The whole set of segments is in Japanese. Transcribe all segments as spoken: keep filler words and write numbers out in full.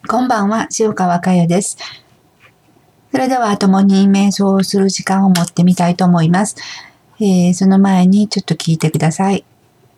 こんばんは、塩川佳代です。それでは共に瞑想をする時間を持ってみたいと思います。えー、その前にちょっと聞いてください。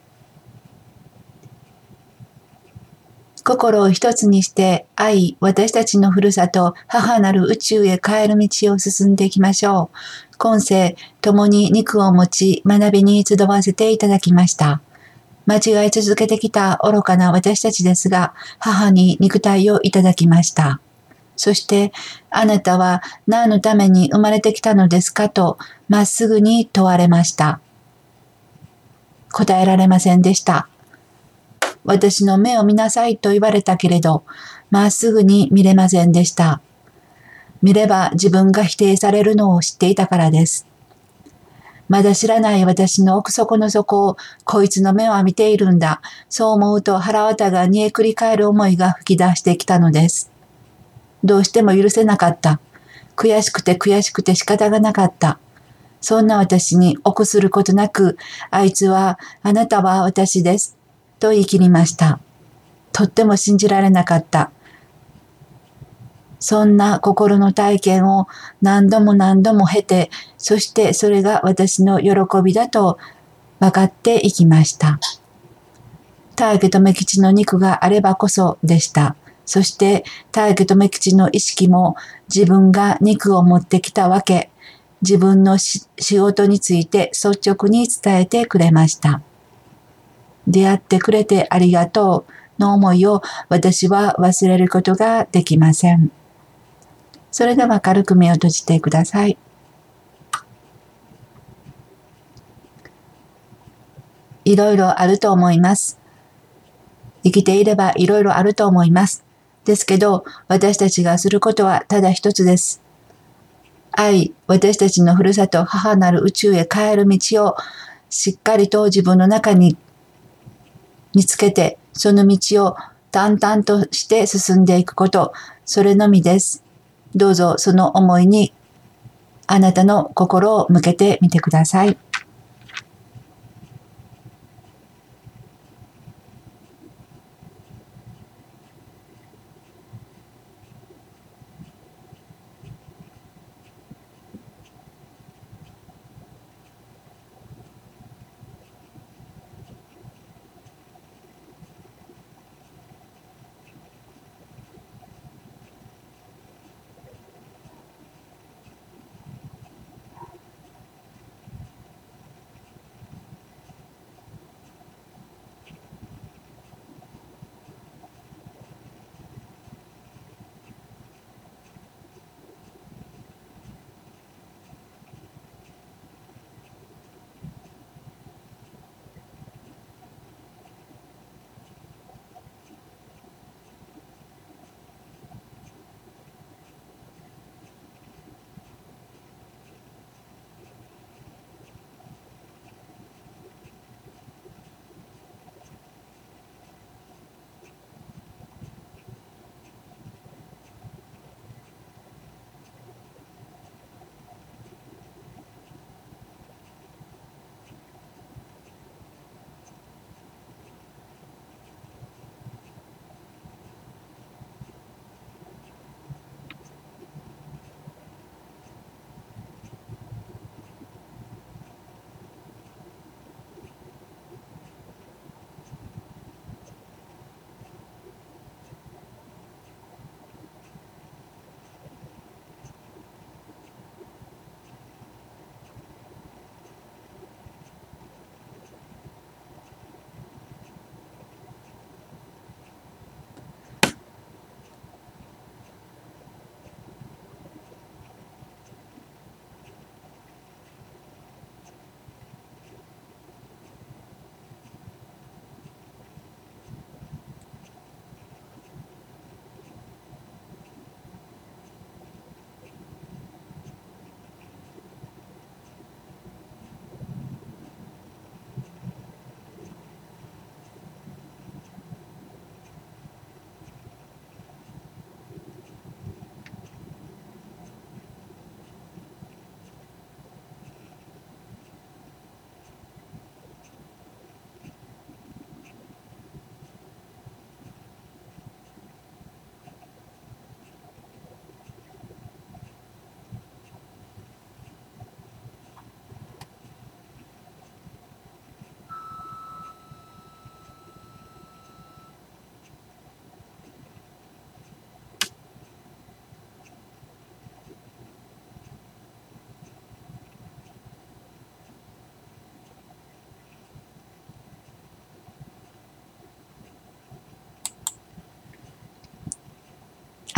心を一つにして愛、私たちのふるさと、母なる宇宙へ帰る道を進んでいきましょう。今世、共に肉を持ち、学びに集わせていただきました。間違い続けてきた愚かな私たちですが、母に肉体をいただきました。そして、あなたは何のために生まれてきたのですかと、まっすぐに問われました。答えられませんでした。私の目を見なさいと言われたけれど、まっすぐに見れませんでした。見れば自分が否定されるのを知っていたからです。まだ知らない私の奥底の底を、こいつの目は見ているんだ。そう思うと腹渡が煮えくり返る思いが吹き出してきたのです。どうしても許せなかった。悔しくて悔しくて仕方がなかった。そんな私に臆することなく、あいつは、あなたは私です。と言い切りました。とっても信じられなかった。そんな心の体験を何度も何度も経て、そしてそれが私の喜びだと分かっていきました。大家留吉の肉があればこそでした。そして大家留吉の意識も自分が肉を持ってきたわけ、自分の仕事について率直に伝えてくれました。出会ってくれてありがとうの思いを私は忘れることができません。それでは軽く目を閉じてください。いろいろあると思います。生きていればいろいろあると思います。ですけど、私たちがすることはただ一つです。愛、私たちのふるさと、母なる宇宙へ帰る道をしっかりと自分の中に見つけて、その道を淡々として進んでいくこと、それのみです。どうぞその思いにあなたの心を向けてみてください。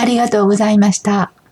ありがとうございました。